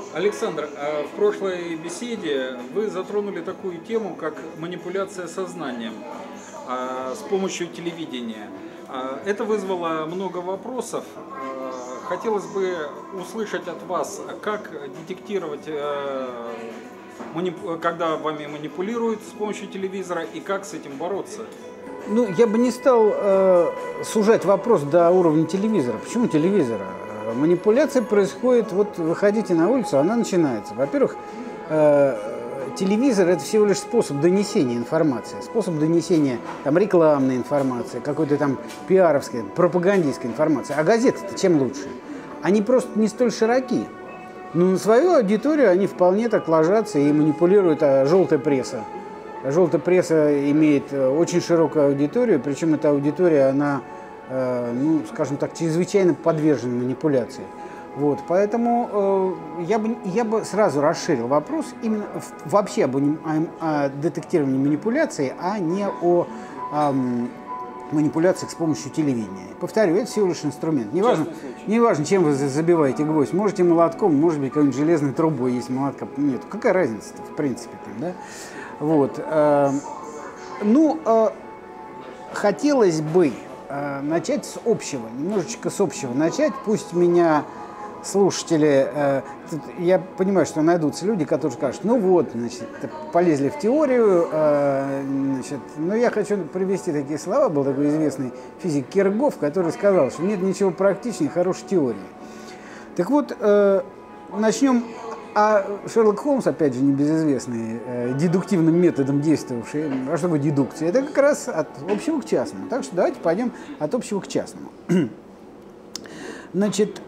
Александр, а в прошлой беседе вы затронули такую тему, как манипуляция сознанием с помощью телевидения. Это вызвало много вопросов. Хотелось бы услышать от вас, как детектировать, когда вами манипулируют с помощью телевизора, и как с этим бороться. Ну, я бы не стал сужать вопрос до уровня телевизора. Почему телевизора? Манипуляция происходит, вот вы ходите на улицу, она начинается. Во-первых, телевизор – это всего лишь способ донесения информации, способ донесения там, рекламной информации, какой-то там пиаровской, пропагандистской информации. А газеты-то чем лучше? Они просто не столь широки. Но на свою аудиторию они вполне так ложатся и манипулируют. Желтая пресса. Желтая пресса имеет очень широкую аудиторию, причем эта аудитория, она, ну, скажем так, чрезвычайно подвержена манипуляции. Вот, поэтому я бы сразу расширил вопрос именно вообще о детектировании манипуляций, а не о манипуляциях с помощью телевидения. Повторю, это всего лишь инструмент. Неважно, чем вы забиваете гвоздь. Можете молотком, может быть, какой-нибудь железной трубой, есть молотка. Нет, какая разница-то, в принципе, там, да? Вот. Хотелось бы начать с общего, немножечко с общего начать. Пусть меня слушатели, я понимаю, что найдутся люди, которые скажут, ну вот, значит, полезли в теорию, значит, но я хочу привести такие слова. Был такой известный физик Киргов, который сказал, что нет ничего практичнее хорошей теории. Так вот, начнем. А Шерлок Холмс, опять же, небезызвестный, дедуктивным методом действовавший. А что такое дедукция? Это как раз от общего к частному. Так что давайте пойдем от общего к частному. Значит,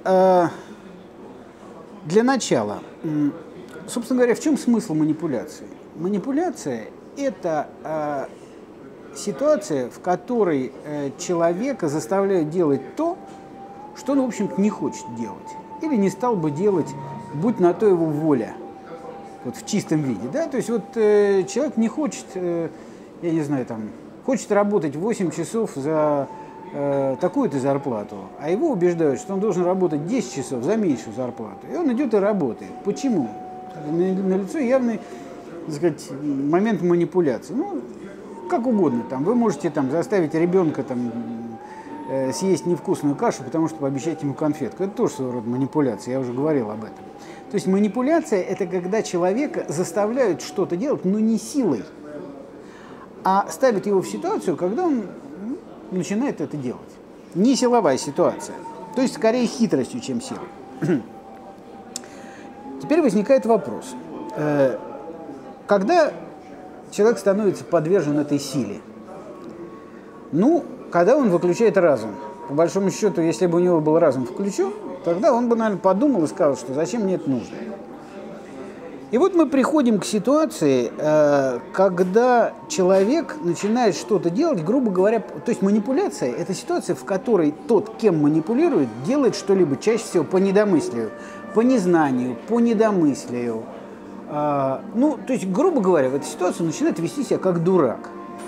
для начала, собственно говоря, в чем смысл манипуляции? Манипуляция – это ситуация, в которой человека заставляют делать то, что он, в общем-то, не хочет делать. Или не стал бы делать, будь на то его воля, вот в чистом виде, да, то есть вот человек не хочет, я не знаю, там, хочет работать 8 часов за такую-то зарплату, а его убеждают, что он должен работать 10 часов за меньшую зарплату, и он идет и работает. Почему? Налицо явный, так сказать, момент манипуляции. Ну, как угодно, там, вы можете там заставить ребенка там съесть невкусную кашу, потому что пообещать ему конфетку. Это тоже своего рода манипуляция, я уже говорил об этом. То есть манипуляция – это когда человека заставляют что-то делать, но не силой, а ставят его в ситуацию, когда он начинает это делать. Не силовая ситуация, то есть скорее хитростью, чем силой. Теперь возникает вопрос. Когда человек становится подвержен этой силе? Ну, когда он выключает разум. По большому счету, если бы у него был разум включен, тогда он бы, наверное, подумал и сказал, что зачем мне это нужно. И вот мы приходим к ситуации, когда человек начинает что-то делать, грубо говоря, то есть манипуляция – это ситуация, в которой тот, кем манипулирует, делает что-либо чаще всего по недомыслию, по незнанию, по недомыслию. Ну, то есть, грубо говоря, в этой ситуации он начинает вести себя как дурак.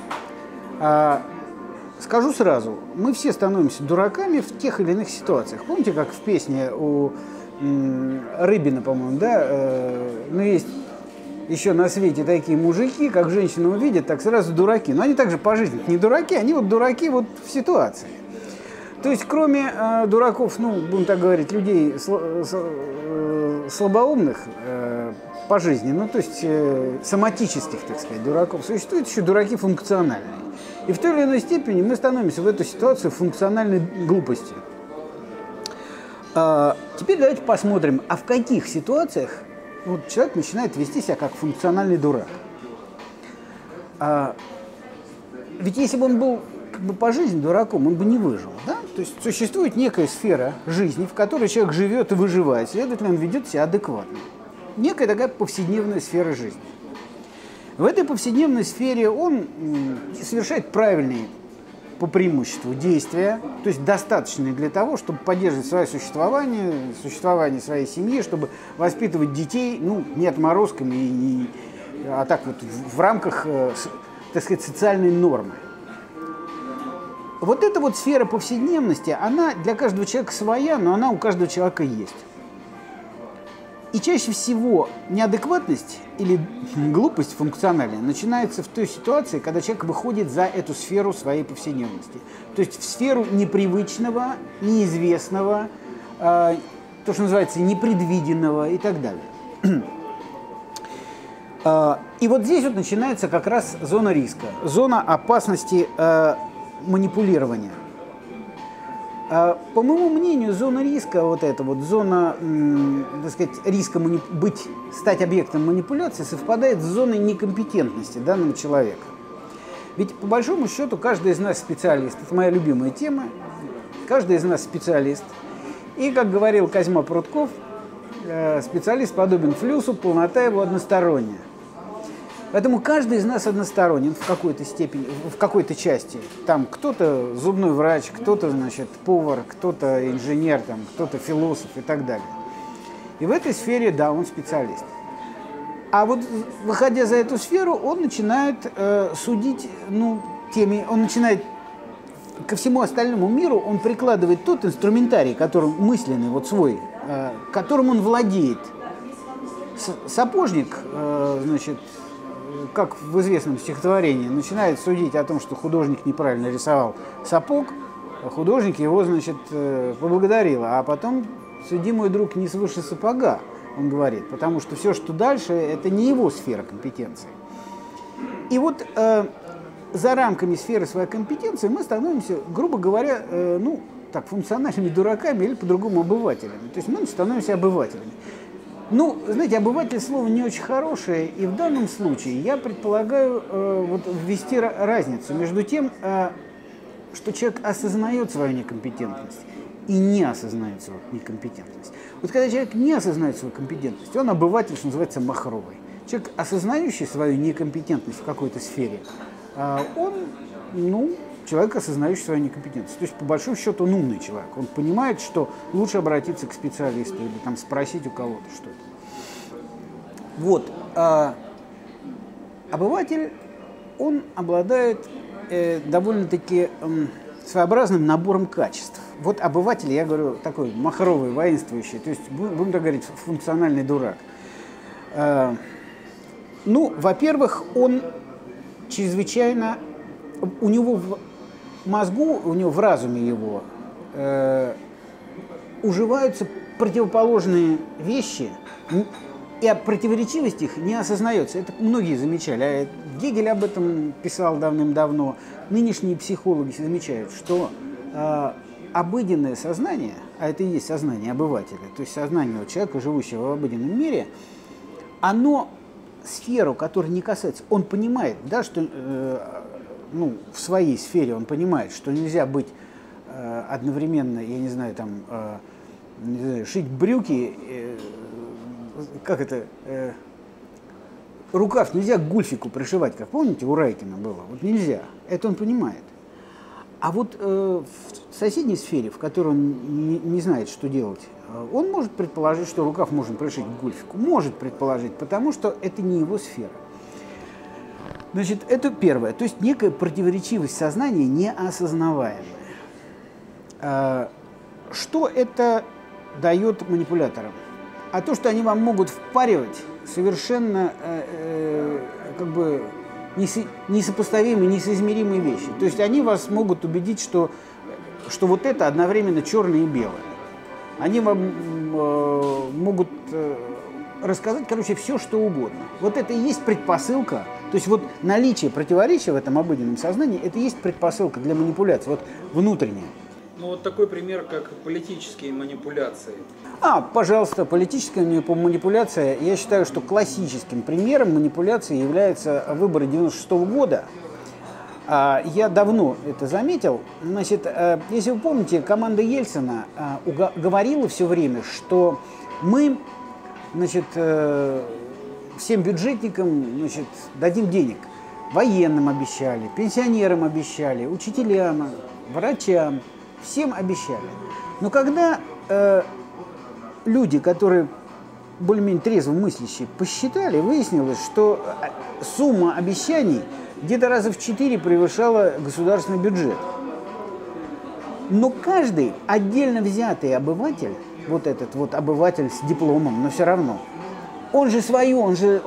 Скажу сразу, мы все становимся дураками в тех или иных ситуациях. Помните, как в песне у Рыбина, по-моему, да? Ну, есть еще на свете такие мужики, как женщину увидят, так сразу дураки. Но они также по жизни не дураки, они вот дураки вот в ситуации. То есть, кроме дураков, ну, будем так говорить, людей слабоумных по жизни, ну, то есть соматических, так сказать, дураков, существуют еще дураки функциональные. И в той или иной степени мы становимся в эту ситуацию функциональной глупости. Теперь давайте посмотрим, а в каких ситуациях вот человек начинает вести себя как функциональный дурак. Ведь если бы он был как бы по жизни дураком, он бы не выжил. Да? То есть существует некая сфера жизни, в которой человек живет и выживает, следовательно, он ведет себя адекватно. Некая такая повседневная сфера жизни. В этой повседневной сфере он совершает правильные по преимуществу действия, то есть достаточные для того, чтобы поддерживать свое существование, существование своей семьи, чтобы воспитывать детей, ну, не отморозками, а так вот в рамках, так сказать, социальной нормы. Вот эта вот сфера повседневности, она для каждого человека своя, но она у каждого человека есть. И чаще всего неадекватность или глупость функциональная начинается в той ситуации, когда человек выходит за эту сферу своей повседневности. То есть в сферу непривычного, неизвестного, то, что называется непредвиденного и так далее. И вот здесь вот начинается как раз зона риска, зона опасности манипулирования. По моему мнению, зона риска, вот эта вот зона, так сказать, риска стать объектом манипуляции совпадает с зоной некомпетентности данного человека. Ведь по большому счету каждый из нас специалист, это моя любимая тема, каждый из нас специалист. И, как говорил Козьма Прутков, специалист подобен флюсу, полнота его односторонняя. Поэтому каждый из нас односторонен в какой-то степени, в какой-то части. Там кто-то зубной врач, кто-то, значит, повар, кто-то инженер, там, кто-то философ и так далее. И в этой сфере, да, он специалист. А вот выходя за эту сферу, он начинает судить, ну, он начинает ко всему остальному миру, он прикладывает тот инструментарий, которым мысленный, вот свой, которым он владеет. Сапожник, значит, как в известном стихотворении, начинает судить о том, что художник неправильно рисовал сапог, а художник его, значит, поблагодарил. А потом суди, мой друг, не свыше сапога, он говорит, потому что все, что дальше, это не его сфера компетенции. И вот за рамками сферы своей компетенции мы становимся, грубо говоря, ну, так, функциональными дураками или по-другому обывателями. То есть мы становимся обывателями. Ну, знаете, обыватель слово не очень хорошее, и в данном случае я предполагаю вот ввести разницу между тем, что человек осознает свою некомпетентность и не осознает свою некомпетентность. Вот когда человек не осознает свою компетентность, он обыватель, что называется, махровый. Человек, осознающий свою некомпетентность в какой-то сфере, он, ну, человек, осознающий свою некомпетентность. То есть, по большому счету, он умный человек. Он понимает, что лучше обратиться к специалисту или там, спросить у кого-то что-то. Вот. Обыватель, он обладает довольно-таки своеобразным набором качеств. Вот обыватель, я говорю, такой махровый, воинствующий, то есть, будем так говорить, функциональный дурак. Ну, во-первых, он чрезвычайно... У него в мозгу, у него в разуме его уживаются противоположные вещи, и противоречивость их не осознается. Это многие замечали. Гегель об этом писал давным-давно. Нынешние психологи замечают, что обыденное сознание, а это и есть сознание обывателя, то есть сознание человека, живущего в обыденном мире, оно сферу, которая не касается, он понимает, да, что ну, в своей сфере он понимает, что нельзя быть одновременно, я не знаю, там, не знаю, шить брюки, как это, рукав нельзя к гульфику пришивать, как помните, у Райкина было, вот нельзя, это он понимает. А вот в соседней сфере, в которой он не знает, что делать, он может предположить, что рукав можно пришить к гульфику, может предположить, потому что это не его сфера. Значит, это первое. То есть некая противоречивость сознания неосознаваемая. Что это дает манипуляторам? А то, что они вам могут впаривать совершенно как бы несопоставимые, несоизмеримые вещи. То есть они вас могут убедить, что вот это одновременно черное и белое. Они вам могут рассказать, короче, все, что угодно. Вот это и есть предпосылка. То есть вот наличие противоречия в этом обыденном сознании, это и есть предпосылка для манипуляции, вот внутренняя. Ну вот такой пример, как политические манипуляции. Пожалуйста, политическая манипуляция. Я считаю, что классическим примером манипуляции является выборы 1996 года. Я давно это заметил. Значит, если вы помните, команда Ельцина говорила все время, что мы, значит, всем бюджетникам, значит, дадим денег. Военным обещали, пенсионерам обещали, учителям, врачам, всем обещали. Но когда люди, которые более-менее трезво мыслящие, посчитали, выяснилось, что сумма обещаний где-то раза в 4 превышала государственный бюджет. Но каждый отдельно взятый обыватель вот этот вот обыватель с дипломом, но все равно. Он же свою,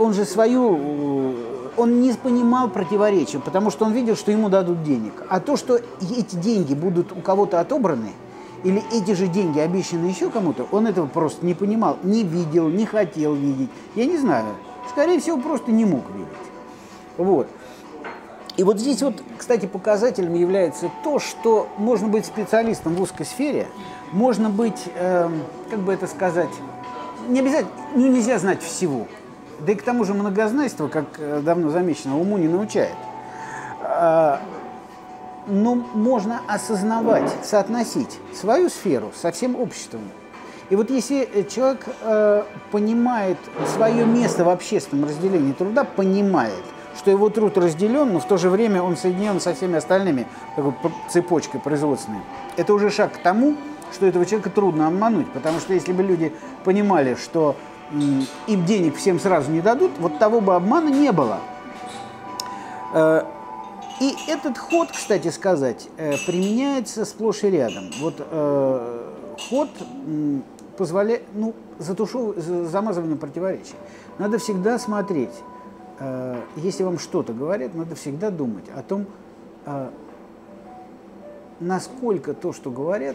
он не понимал противоречия, потому что он видел, что ему дадут денег. А то, что эти деньги будут у кого-то отобраны, или эти же деньги обещаны еще кому-то, он этого просто не понимал, не видел, не хотел видеть. Я не знаю, скорее всего, просто не мог видеть. Вот. И вот здесь вот, кстати, показателем является то, что можно быть специалистом в узкой сфере, можно быть, как бы это сказать, не обязательно, ну, нельзя знать всего. Да и к тому же многознайство, как давно замечено, уму не научает. Но можно осознавать, соотносить свою сферу со всем обществом. И вот если человек понимает свое место в общественном разделении труда, понимает, что его труд разделен, но в то же время он соединен со всеми остальными такой цепочкой производственной, это уже шаг к тому, что этого человека трудно обмануть. Потому что если бы люди понимали, что им денег всем сразу не дадут, вот того бы обмана не было. И этот ход, кстати сказать, применяется сплошь и рядом. Вот ход позволяет, ну, замазывание противоречий. Надо всегда смотреть, если вам что-то говорят, надо всегда думать о том, насколько то, что говорят,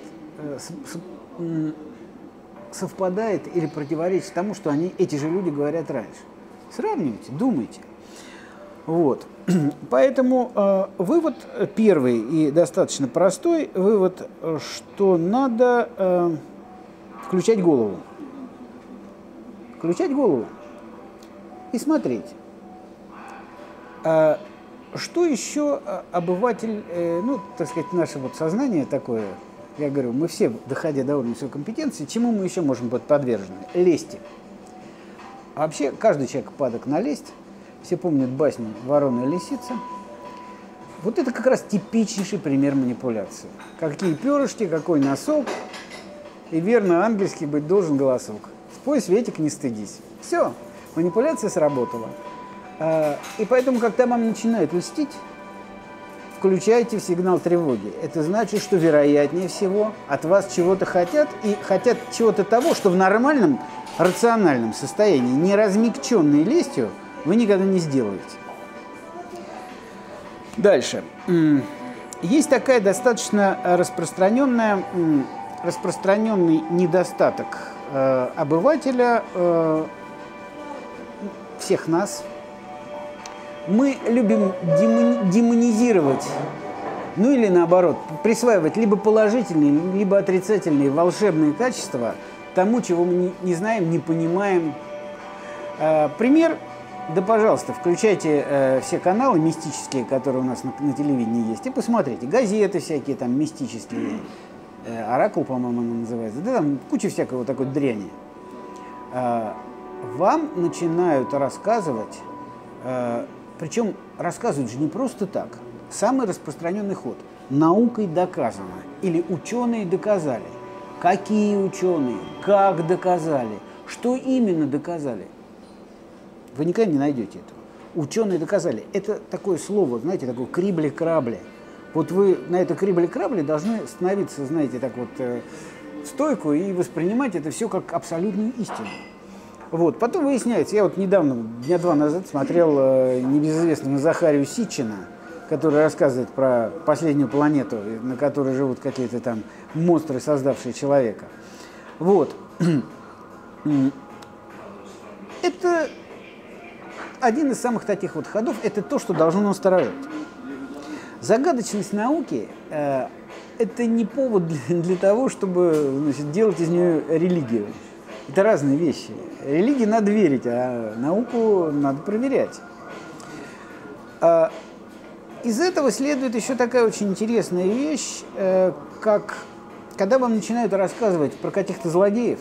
совпадает или противоречит тому, что эти же люди говорят раньше. Сравнивайте, думайте. Вот. Поэтому вывод первый и достаточно простой. Вывод, что надо включать голову. Включать голову и смотреть. Что еще обыватель, ну, так сказать, наше вот сознание такое, я говорю, мы все, доходя до уровня своей компетенции, чему мы еще можем быть подвержены? Лести. А вообще, каждый человек падок на лесть. Все помнят басню «Ворона и лисица». Вот это как раз типичнейший пример манипуляции. Какие перышки, какой носок, и верно ангельский быть должен голосок. Спой, Светик, не стыдись. Все, манипуляция сработала. И поэтому, когда вам начинают льстить, включайте в сигнал тревоги. Это значит, что вероятнее всего от вас чего-то хотят, и хотят чего-то того, что в нормальном, рациональном состоянии, не размягченной лестью, вы никогда не сделаете. Дальше. Есть такая достаточно распространенный недостаток обывателя, всех нас. Мы любим демонизировать, ну или наоборот, присваивать либо положительные, либо отрицательные волшебные качества тому, чего мы не знаем, не понимаем. Пример. Да, пожалуйста, включайте все каналы мистические, которые у нас на телевидении есть, и посмотрите. Газеты всякие там мистические, «Оракул», по-моему, она называется. Да, там куча всякого такой дряни. Вам начинают рассказывать, причем рассказывают же не просто так. Самый распространенный ход. Наукой доказано. Или ученые доказали. Какие ученые? Как доказали? Что именно доказали? Вы никогда не найдете этого. Ученые доказали. Это такое слово, знаете, такое крибли-крабли. Вот вы на это крибли-крабли должны становиться, знаете, так вот в стойку и воспринимать это все как абсолютную истину. Вот. Потом выясняется, я вот недавно, дня два назад, смотрел небезызвестного Захарию Ситчина, который рассказывает про последнюю планету, на которой живут какие-то там монстры, создавшие человека. Вот. Это один из самых таких вот ходов, это то, что должно настораживать. Загадочность науки это не повод для того, чтобы, значит, делать из нее религию. Это разные вещи. Религии надо верить, а науку надо проверять. Из этого следует еще такая очень интересная вещь, как когда вам начинают рассказывать про каких-то злодеев,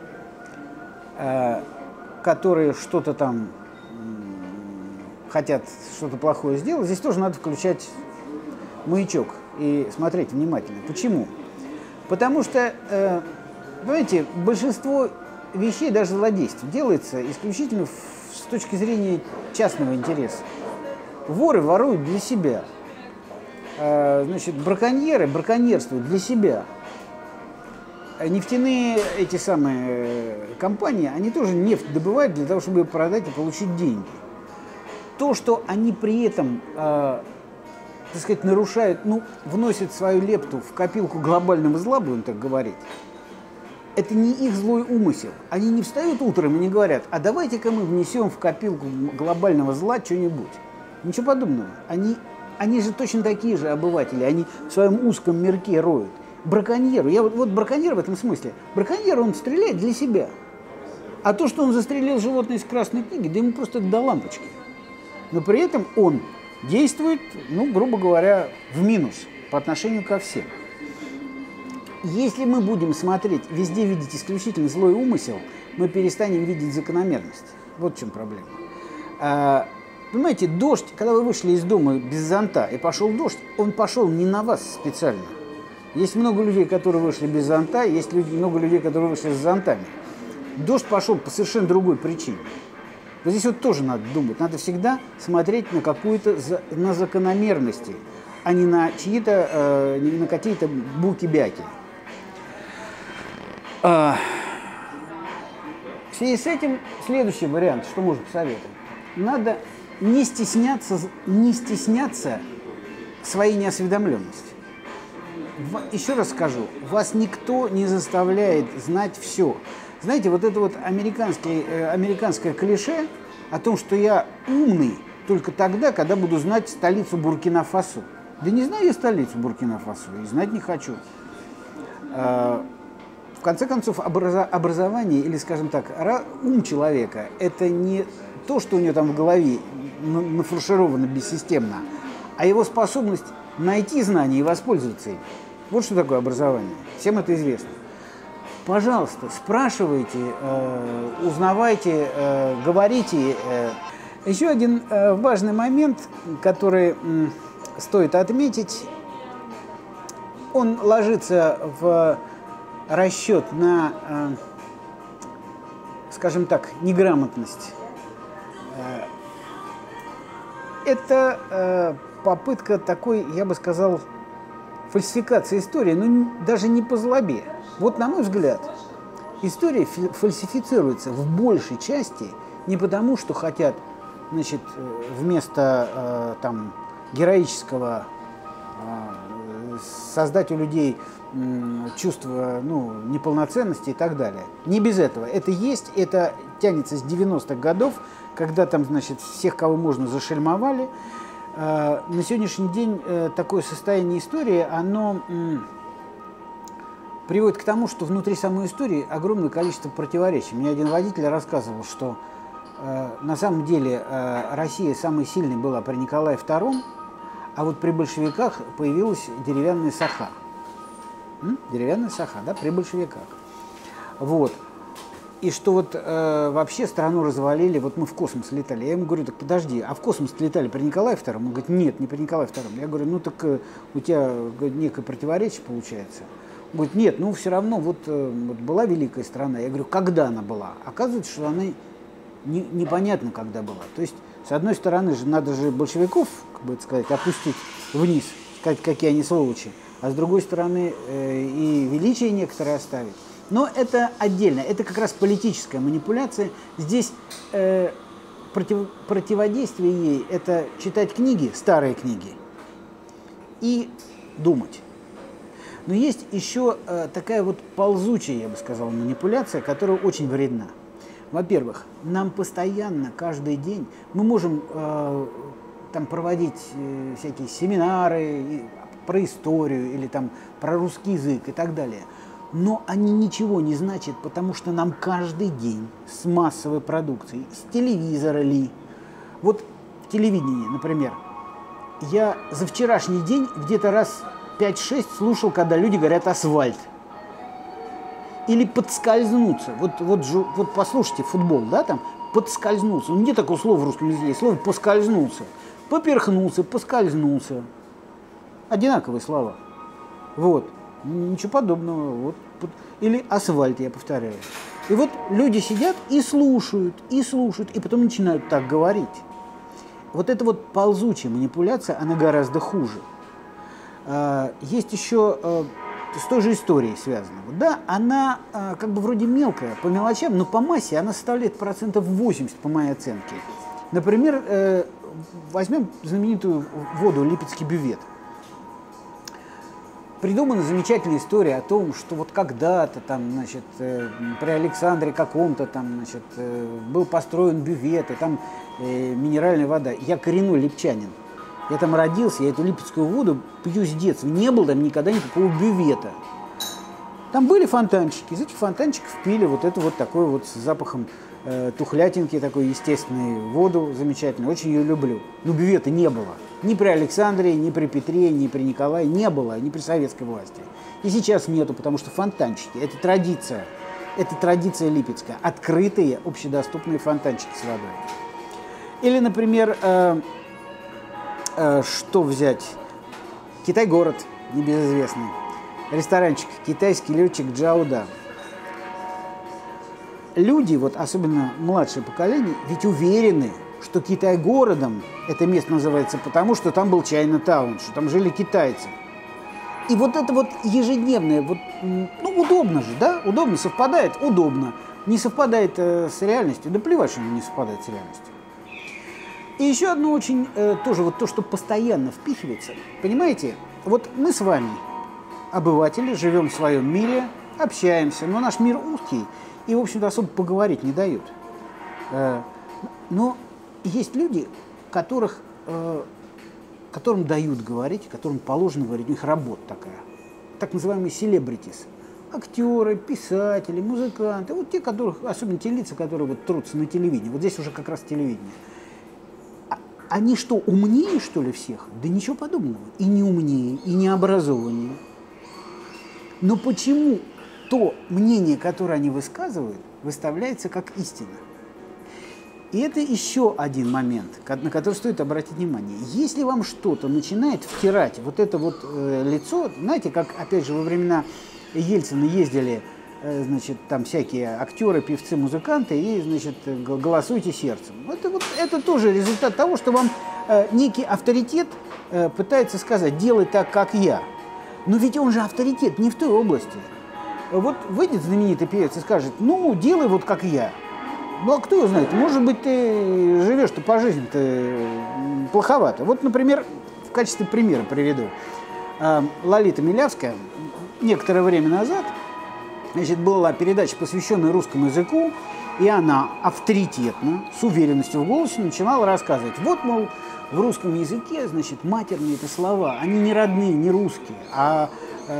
которые что-то там хотят что-то плохое сделать, здесь тоже надо включать маячок и смотреть внимательно. Почему? Потому что, понимаете, большинство вещей, даже злодейств, делается исключительно с точки зрения частного интереса. Воры воруют для себя. Значит, браконьеры браконьерствуют для себя. нефтяные эти самые компании, они тоже нефть добывают для того, чтобы ее продать и получить деньги. То, что они при этом, так сказать, нарушают, ну, вносят свою лепту в копилку глобального зла, будем так говорить, это не их злой умысел. Они не встают утром и не говорят, а давайте-ка мы внесем в копилку глобального зла что-нибудь. Ничего подобного. Они же точно такие же обыватели, они в своем узком мирке роют. Браконьеру, вот браконьер в этом смысле, браконьер, он стреляет для себя. А то, что он застрелил животное из Красной книги, да ему просто до лампочки. Но при этом он действует, ну, грубо говоря, в минус по отношению ко всем. Если мы будем смотреть, везде видеть исключительно злой умысел, мы перестанем видеть закономерность. Вот в чем проблема. Понимаете, дождь, когда вы вышли из дома без зонта и пошел дождь, он пошел не на вас специально. Есть много людей, которые вышли без зонта, есть много людей, которые вышли с зонтами. Дождь пошел по совершенно другой причине. Вот здесь вот тоже надо думать. Надо всегда смотреть на на закономерности, а не на чьи-то, не на какие-то буки-бяки. В связи с этим следующий вариант, что можно посоветовать. Надо не стесняться своей неосведомленности. Еще раз скажу, вас никто не заставляет знать все. Знаете, вот это вот американское клише о том, что я умный только тогда, когда буду знать столицу Буркина-Фасо. Да не знаю я столицу Буркина-Фасо, и знать не хочу. В конце концов, образование, или, скажем так, ум человека – это не то, что у него там в голове нафаршировано бессистемно, а его способность найти знания и воспользоваться им. Вот что такое образование. Всем это известно. Пожалуйста, спрашивайте, узнавайте, говорите. Еще один важный момент, который стоит отметить, он ложится в расчет на, скажем так, неграмотность. Это попытка такой, я бы сказал, фальсификации истории, но даже не по злобе. Вот, на мой взгляд, история фальсифицируется в большей части не потому, что хотят, значит, вместо там, героического создать у людей чувство, ну, неполноценности и так далее. Не без этого. Это есть, это тянется с 90-х годов, когда там, значит, всех, кого можно, зашельмовали. На сегодняшний день такое состояние истории, оно приводит к тому, что внутри самой истории огромное количество противоречий. Мне один водитель рассказывал, что на самом деле Россия самой сильной была при Николае II, а вот при большевиках появилась деревянная саха. Деревянная саха, да, при большевиках. Вот. И что вот вообще страну развалили, вот мы в космос летали. Я ему говорю, так подожди, а в космос летали при Николае II? Он говорит, нет, не при Николае II. Я говорю, ну так у тебя некое противоречие получается. Он говорит, нет, ну все равно вот была великая страна. Я говорю, когда она была? Оказывается, что она непонятно, когда была. То есть, с одной стороны, надо же большевиков, как бы сказать, опустить вниз, сказать, какие они сволочи. А с другой стороны, и величие некоторые оставить. Но это отдельно, это как раз политическая манипуляция. Здесь противодействие ей – это читать книги, старые книги, и думать. Но есть еще такая вот ползучая, я бы сказал, манипуляция, которая очень вредна. Во-первых, нам постоянно, каждый день, мы можем там проводить всякие семинары про историю или там про русский язык и так далее. Но они ничего не значат, потому что нам каждый день с массовой продукцией, с телевизора ли. Вот в телевидении, например, я за вчерашний день где-то раз 5-6 слушал, когда люди говорят «асфальт». Или «подскользнуться». Вот послушайте футбол, да, там «подскользнулся». Ну, нет такого слова в русском языке, слово «поскользнулся». Поперхнулся, поскользнулся. Одинаковые слова. Вот. Ничего подобного. Вот. Или асфальт, я повторяю. И вот люди сидят и слушают, и потом начинают так говорить. Вот эта вот ползучая манипуляция, она гораздо хуже. Есть еще с той же историей связана. Да, она как бы вроде мелкая по мелочам, но по массе она составляет процентов 80 по моей оценке. Например, возьмем знаменитую воду «Липецкий бювет». Придумана замечательная история о том, что вот когда-то там, значит, при Александре каком-то там, значит, был построен бювет, и там минеральная вода. Я коренной липчанин. Я там родился, я эту липецкую воду пью с детства. Не было там никогда никакого бювета. Там были фонтанчики, из этих фонтанчиков пили вот эту вот такой вот с запахом тухлятинки, такой естественной воду замечательную. Очень ее люблю. Но бювета не было. Ни при Александре, ни при Петре, ни при Николае не было, ни при советской власти. И сейчас нету, потому что фонтанчики – это традиция. Это традиция липецкая. Открытые, общедоступные фонтанчики с водой. Или, например, что взять? Китай-город, небезызвестный. Ресторанчик «Китайский летчик Джауда». Люди, вот особенно младшее поколение, ведь уверены, что Китай-городом это место называется потому, что там был Чайна-таун, что там жили китайцы. И вот это вот ежедневное, вот, ну удобно же, да? Удобно, совпадает? Удобно. Не совпадает с реальностью? Да плевать, что оно не совпадает с реальностью. И еще одно очень, тоже вот то, что постоянно впихивается. Понимаете, вот мы с вами, обыватели, живем в своем мире, общаемся, но наш мир узкий и, в общем-то, особо поговорить не дают. Но есть люди, которым дают говорить, которым положено говорить, у них работа такая, так называемые селебритис. Актеры, писатели, музыканты, вот те, которых, особенно те лица, которые вот трутся на телевидении, вот здесь уже как раз телевидение. Они что, умнее, что ли, всех? Да ничего подобного. И не умнее, и не образованнее. Но почему то мнение, которое они высказывают, выставляется как истина? И это еще один момент, на который стоит обратить внимание. Если вам что-то начинает втирать вот это вот лицо, знаете, как, опять же, во времена Ельцина ездили, значит, там всякие актеры, певцы, музыканты, и, значит, голосуйте сердцем. Это тоже результат того, что вам некий авторитет пытается сказать, делай так, как я. Но ведь он же авторитет не в той области. Вот выйдет знаменитый певец и скажет, ну, делай вот как я. Ну, а кто его знает, может быть, ты живешь-то по жизни-то плоховато. Вот, например, в качестве примера приведу. Лолита Милявская некоторое время назад, значит, была передача, посвященная русскому языку, и она авторитетно, с уверенностью в голосе начинала рассказывать. Вот, мол, в русском языке, значит, матерные это слова, они не родные, не русские, а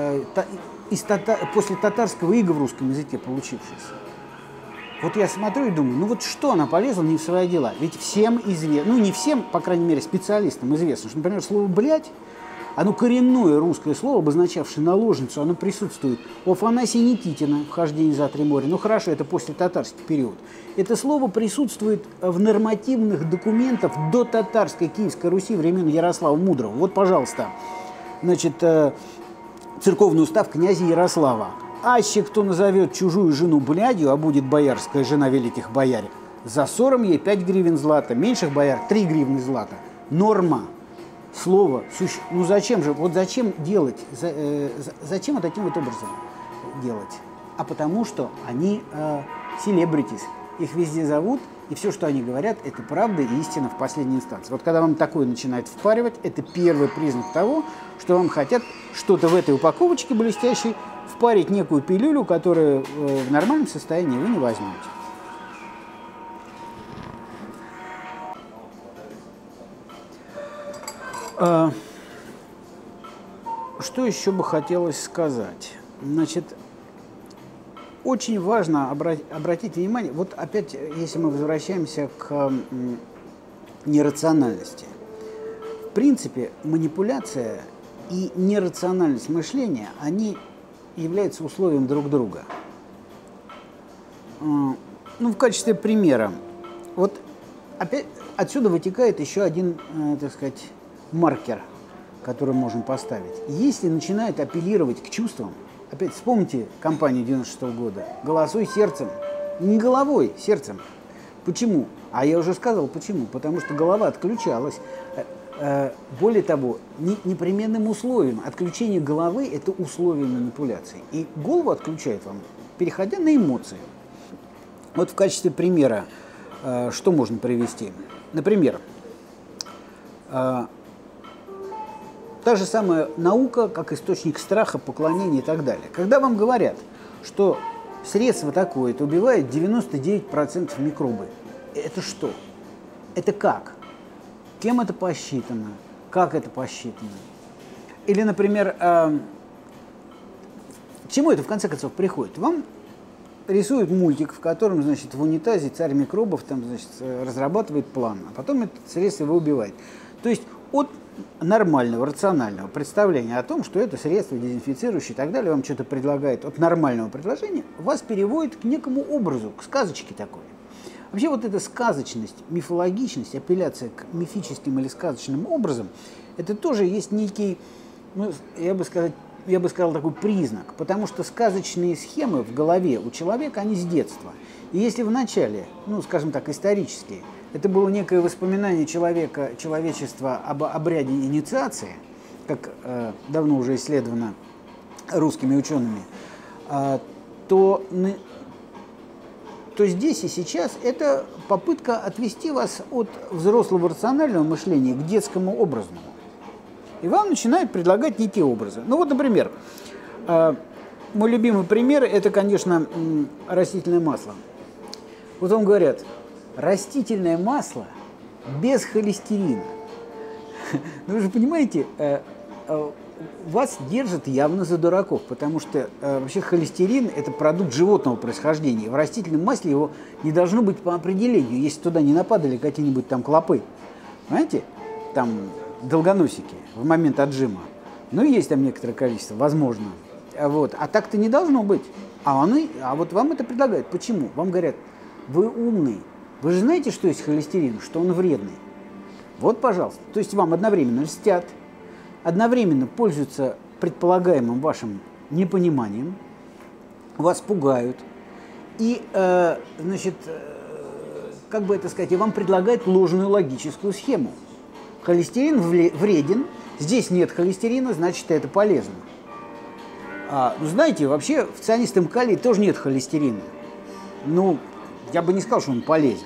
после татарского ига в русском языке получившиеся. Вот я смотрю и думаю, ну вот что она полезла не в свои дела? Ведь всем известно, ну не всем, по крайней мере, специалистам известно, что, например, слово «блядь», оно коренное русское слово, обозначавшее наложницу, оно присутствует у Афанасия Никитина в «Хождении за три моря». Ну хорошо, это после татарский период. Это слово присутствует в нормативных документах до татарской Киевской Руси времен Ярослава Мудрого. Вот, пожалуйста, значит, церковный устав князя Ярослава. «Аще кто назовет чужую жену блядью, а будет боярская жена великих бояр, за ссором ей 5 гривен злата, меньших бояр 3 гривны злата». Норма. Слово. Ну зачем же? Вот зачем делать? Зачем вот таким вот образом делать? А потому что они селебритис. Их везде зовут, и все, что они говорят, это правда и истина в последней инстанции. Вот когда вам такое начинает впаривать, это первый признак того, что вам хотят что-то в этой упаковочке блестящей впарить некую пилюлю, которую в нормальном состоянии вы не возьмете. Что еще бы хотелось сказать? Значит, очень важно обратить внимание, вот опять, если мы возвращаемся к нерациональности. В принципе, манипуляция и нерациональность мышления, они являются условием друг друга. Ну, в качестве примера, вот опять отсюда вытекает еще один, так сказать, маркер, который можем поставить. Если начинает апеллировать к чувствам, опять вспомните кампанию 96-го года, голосуй сердцем, не головой, сердцем. Почему? А я уже сказал, почему. Потому что голова отключалась. более того, непременным условием. Отключение головы – это условие манипуляции. И голову отключает вам, переходя на эмоции. Вот в качестве примера, что можно привести? Например, та же самая наука, как источник страха, поклонения и так далее. Когда вам говорят, что средство такое-то убивает 99% микробы, это что? Это как? Кем это посчитано? Как это посчитано? Или, например, к чему это в конце концов приходит? Вам рисует мультик, в котором, значит, в унитазе царь микробов там, значит, разрабатывает план, а потом это средство его убивает. То есть от нормального, рационального представления о том, что это средство дезинфицирующее и так далее, вам что-то предлагает, от нормального предложения, вас переводит к некому образу, к сказочке такой. Вообще вот эта сказочность, мифологичность, апелляция к мифическим или сказочным образом, это тоже есть некий, ну, я бы сказал, такой признак, потому что сказочные схемы в голове у человека, они с детства. И если в начале, ну, скажем так, исторически, это было некое воспоминание человечества об обряде инициации, как давно уже исследовано русскими учеными, то здесь и сейчас это попытка отвести вас от взрослого рационального мышления к детскому образному. И вам начинают предлагать некие образы. Ну вот, например, мой любимый пример – это, конечно, растительное масло. Вот вам говорят, растительное масло без холестерина. Ну вы же понимаете, вас держат явно за дураков, потому что вообще холестерин – это продукт животного происхождения. В растительном масле его не должно быть по определению, если туда не нападали какие-нибудь там клопы. Понимаете? Там долгоносики в момент отжима. Ну, есть там некоторое количество, возможно. Вот. А так-то не должно быть. А вот вам это предлагают. Почему? Вам говорят, вы умный. Вы же знаете, что есть холестерин, что он вредный. Вот, пожалуйста. То есть вам одновременно льстят, одновременно пользуются предполагаемым вашим непониманием, вас пугают. И, значит, как бы это сказать, и вам предлагают ложную логическую схему. Холестерин вреден, здесь нет холестерина, значит, это полезно. Знаете, вообще в цианистом калии тоже нет холестерина. Ну, я бы не сказал, что он полезен.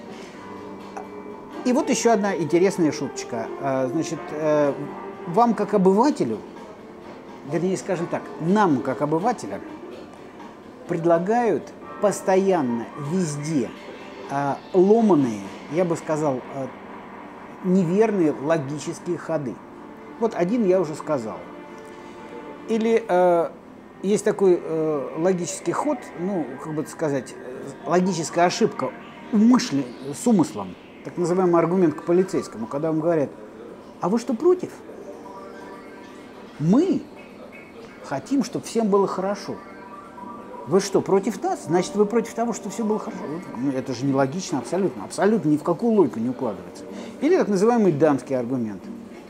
И вот еще одна интересная шуточка. Значит, вам как обывателю, вернее, скажем так, нам как обывателям предлагают постоянно, везде ломаные, я бы сказал, неверные логические ходы. Вот один я уже сказал. Или есть такой логический ход, ну, как бы сказать, логическая ошибка с умыслом, так называемый аргумент к полицейскому, когда вам говорят, а вы что, против? Мы хотим, чтобы всем было хорошо. Вы что, против нас? Значит, вы против того, что все было хорошо. Ну, это же нелогично абсолютно. Абсолютно ни в какую логику не укладывается. Или так называемый дамский аргумент.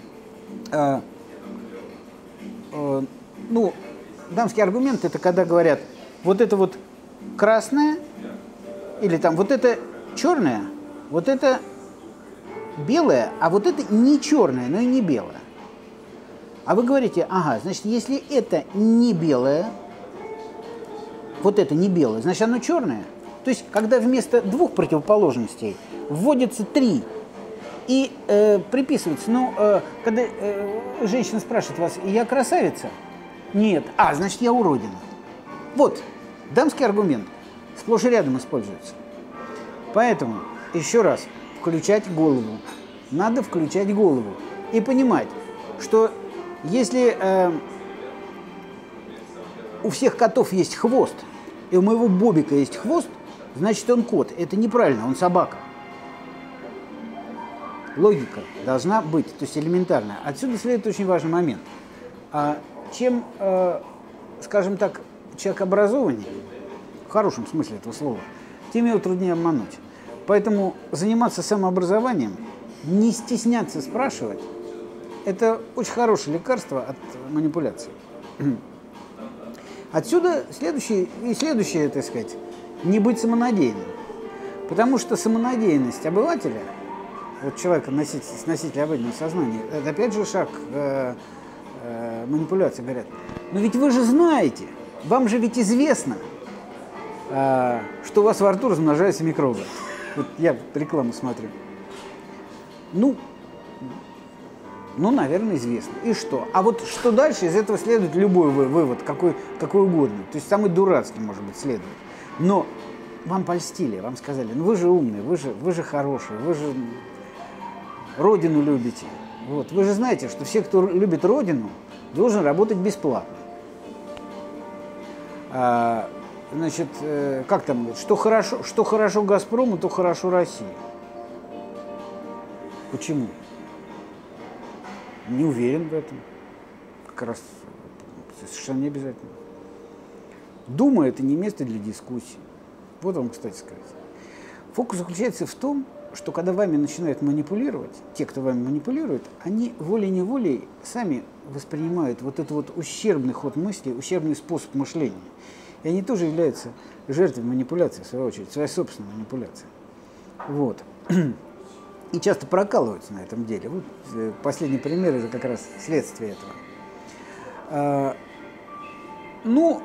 Ну, дамский аргумент – это когда говорят, вот это вот красное, или там вот это черное, вот это белое, а вот это не черное, но и не белое. А вы говорите, ага, значит, если это не белое, вот это не белое, значит, оно черное. То есть, когда вместо двух противоположностей вводится три и приписывается, ну, когда женщина спрашивает вас, я красавица? Нет. Значит, я уродина. Вот, дамский аргумент сплошь и рядом используется. Поэтому, еще раз, включать голову. Надо включать голову и понимать, что если у всех котов есть хвост, и у моего Бобика есть хвост, значит, он кот. Это неправильно, он собака. Логика должна быть, то есть элементарная. Отсюда следует очень важный момент. Чем, скажем так, человек образованнее, в хорошем смысле этого слова, тем его труднее обмануть. Поэтому заниматься самообразованием, не стесняться спрашивать, это очень хорошее лекарство от манипуляции. Отсюда следующее, так сказать, не быть самонадеянным. Потому что самонадеянность обывателя вот человека, носителя обыденного сознания, это опять же шаг манипуляции, говорят. Но ведь вы же знаете, вам же ведь известно, что у вас во рту размножаются микробы. Вот я рекламу смотрю. Ну, наверное, известно. И что? А вот что дальше, из этого следует любой вывод, какой угодно. То есть самый дурацкий, может быть, следует. Но вам польстили, вам сказали, ну вы же умные, вы же хорошие, вы же Родину любите. Вот. Вы же знаете, что все, кто любит Родину, должен работать бесплатно. Значит, как там, что хорошо «Газпрому», то хорошо России. Почему? Не уверен в этом. Как раз совершенно не обязательно. Дума – это не место для дискуссий. Вот вам, кстати, сказать. Фокус заключается в том, что когда вами начинают манипулировать, те, кто вами манипулирует, они волей-неволей сами воспринимают вот этот вот ущербный ход мысли, ущербный способ мышления. И они тоже являются жертвой манипуляции, в свою очередь, своей собственной манипуляции. Вот. И часто прокалываются на этом деле. Вот последний пример – это как раз следствие этого. Ну,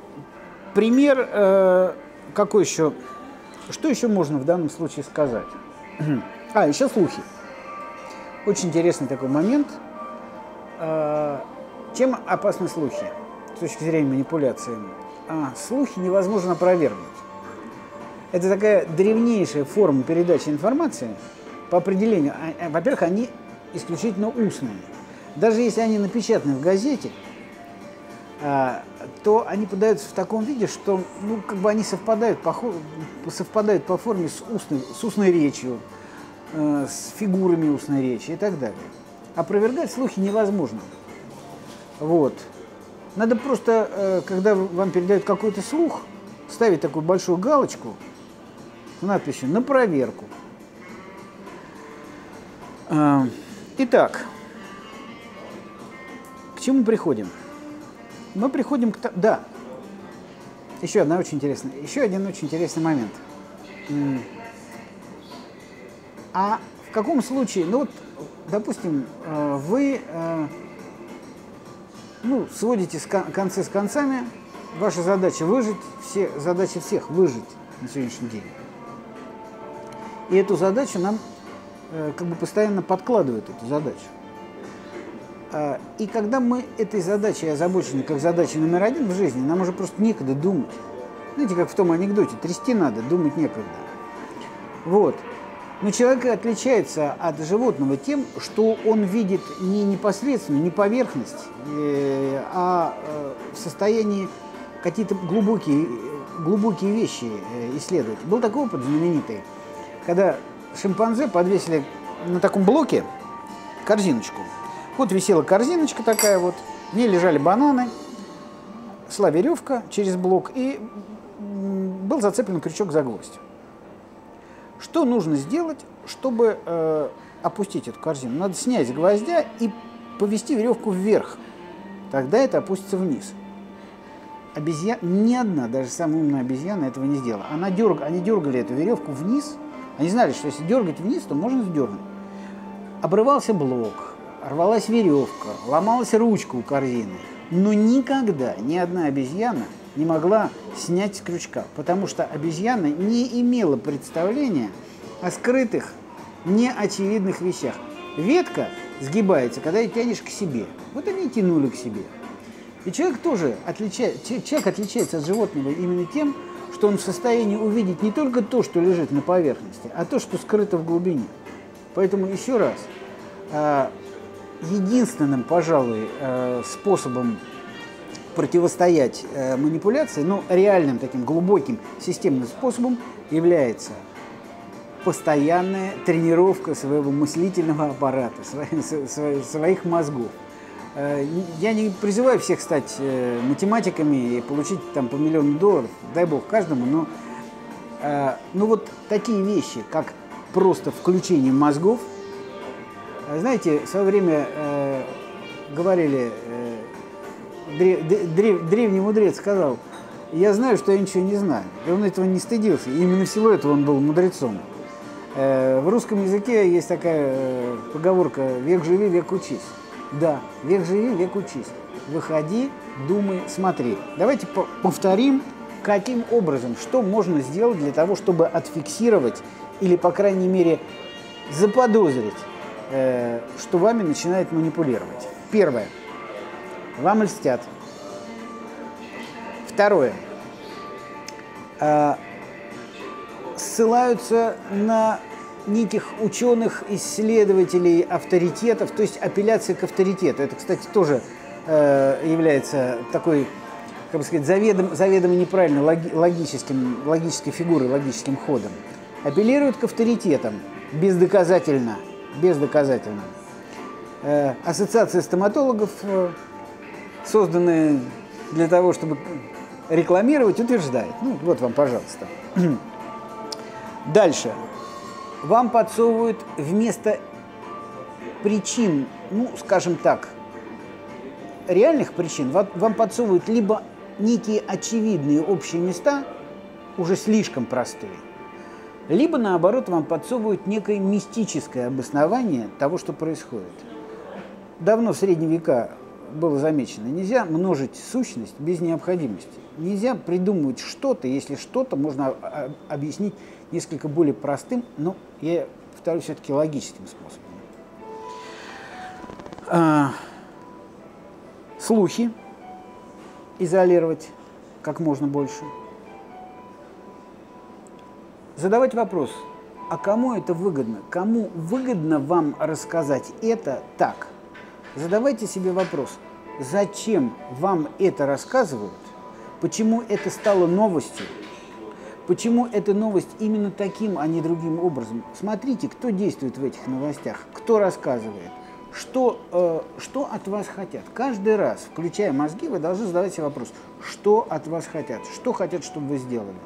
пример какой еще? Что еще можно в данном случае сказать? Еще слухи. Очень интересный такой момент. Чем опасны слухи с точки зрения манипуляции? Слухи невозможно опровергнуть. Это такая древнейшая форма передачи информации. По определению, во-первых, они исключительно устные. Даже если они напечатаны в газете, то они подаются в таком виде, что ну, как бы они совпадают по форме с устной речью, с фигурами устной речи и так далее. Опровергать слухи невозможно. Вот. Надо просто, когда вам передают какой-то слух, ставить такую большую галочку с надписью «На проверку». Итак, к чему приходим? Мы приходим к... Да, еще один очень интересный момент. А в каком случае, ну вот, допустим, вы сводите концы с концами, ваша задача выжить, задача всех выжить на сегодняшний день. И эту задачу нам как бы постоянно подкладывают, эту задачу. И когда мы этой задачей озабочены как задачей номер один в жизни, нам уже просто некогда думать. Знаете, как в том анекдоте, трясти надо, думать некогда. Вот. Но человек отличается от животного тем, что он видит не непосредственно, не поверхность, а в состоянии какие-то глубокие вещи исследовать. Был такой опыт знаменитый, когда шимпанзе подвесили на таком блоке корзиночку. Вот висела корзиночка такая вот, в ней лежали бананы, шла веревка через блок, и был зацеплен крючок за гвоздь. Что нужно сделать, чтобы опустить эту корзину? Надо снять с гвоздя и повести веревку вверх. Тогда это опустится вниз. Ни одна, даже самая умная обезьяна этого не сделала. Они дергали эту веревку вниз. Они знали, что если дергать вниз, то можно сдернуть. Обрывался блок, рвалась веревка, ломалась ручка у корзины. Но никогда ни одна обезьяна не могла снять с крючка, потому что обезьяна не имела представления о скрытых, неочевидных вещах. Ветка сгибается, когда ее тянешь к себе. Вот они и тянули к себе. И человек отличается от животного именно тем, что он в состоянии увидеть не только то, что лежит на поверхности, а то, что скрыто в глубине. Поэтому еще раз, единственным, пожалуй, способом противостоять манипуляции, но реальным таким глубоким системным способом является постоянная тренировка своего мыслительного аппарата, своих мозгов. Я не призываю всех стать математиками и получить там по $1 миллион, дай бог каждому, но вот такие вещи, как просто включение мозгов. Знаете, в свое время говорили, древний мудрец сказал: я знаю, что я ничего не знаю. И он этого не стыдился. И именно всего этого он был мудрецом. В русском языке есть такая поговорка «век живи, век учись». Да, век живи, век учись. Выходи, думай, смотри. Давайте повторим, каким образом, что можно сделать для того, чтобы отфиксировать или, по крайней мере, заподозрить, что вами начинает манипулировать. Первое. Вам льстят. Второе. Ссылаются на неких ученых, исследователей, авторитетов, то есть апелляция к авторитету. Это, кстати, тоже является такой, как бы сказать, заведомо неправильной логической фигурой, логическим ходом. Апеллируют к авторитетам бездоказательно. Ассоциация стоматологов, созданная для того, чтобы рекламировать, утверждает. Ну, вот вам, пожалуйста. Дальше. Вам подсовывают вместо причин, ну, скажем так, реальных причин, вам подсовывают либо некие очевидные общие места, уже слишком простые, либо, наоборот, вам подсовывают некое мистическое обоснование того, что происходит. Давно в средние века было замечено, нельзя множить сущность без необходимости. Нельзя придумывать что-то, если что-то можно объяснить несколько более простым, но, я повторю, все-таки логическим способом. Слухи изолировать как можно больше. Задавать вопрос, а кому это выгодно? Кому выгодно вам рассказать это так? Задавайте себе вопрос, зачем вам это рассказывают? Почему это стало новостью? Почему эта новость именно таким, а не другим образом? Смотрите, кто действует в этих новостях, кто рассказывает, что от вас хотят. Каждый раз, включая мозги, вы должны задавать себе вопрос, что от вас хотят, что хотят, чтобы вы сделали.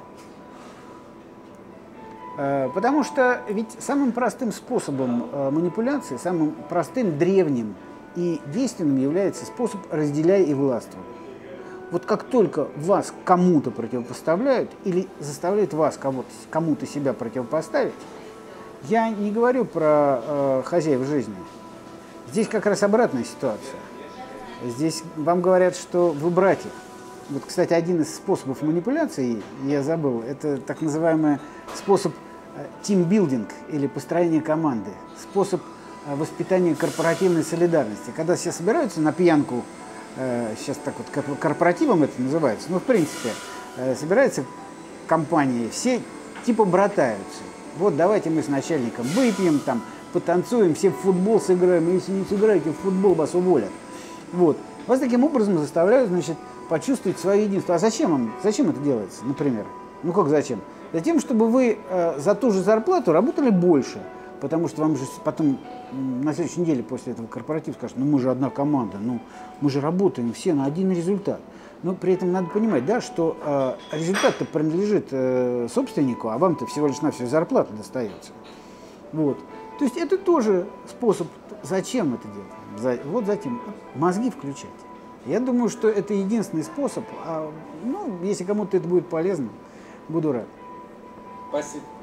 Потому что ведь самым простым способом манипуляции, самым простым, древним и действенным является способ «разделяй и властвуй». Вот как только вас кому-то противопоставляют или заставляют вас кому-то себя противопоставить, я не говорю про хозяев жизни. Здесь как раз обратная ситуация. Здесь вам говорят, что вы братья. Вот, кстати, один из способов манипуляции, я забыл, это так называемый способ тимбилдинг или построение команды, способ воспитания корпоративной солидарности. Когда все собираются на пьянку, сейчас так вот корпоративом это называется, но в принципе собирается компания, все типа братаются. Вот давайте мы с начальником выпьем, там, потанцуем, все в футбол сыграем, и если не сыграете в футбол, вас уволят. Вот. Вас таким образом заставляют, значит, почувствовать свое единство. А зачем это делается, например? Ну как зачем? Затем, чтобы вы за ту же зарплату работали больше, потому что вам же потом на следующей неделе после этого корпоратива скажут, ну мы же одна команда, ну мы же работаем все на один результат. Но при этом надо понимать, да, что результат-то принадлежит собственнику, а вам-то всего лишь навсего зарплата достается. Вот. То есть это тоже способ, зачем это делать? Вот затем мозги включать. Я думаю, что это единственный способ. Ну, если кому-то это будет полезно, буду рад. Спасибо.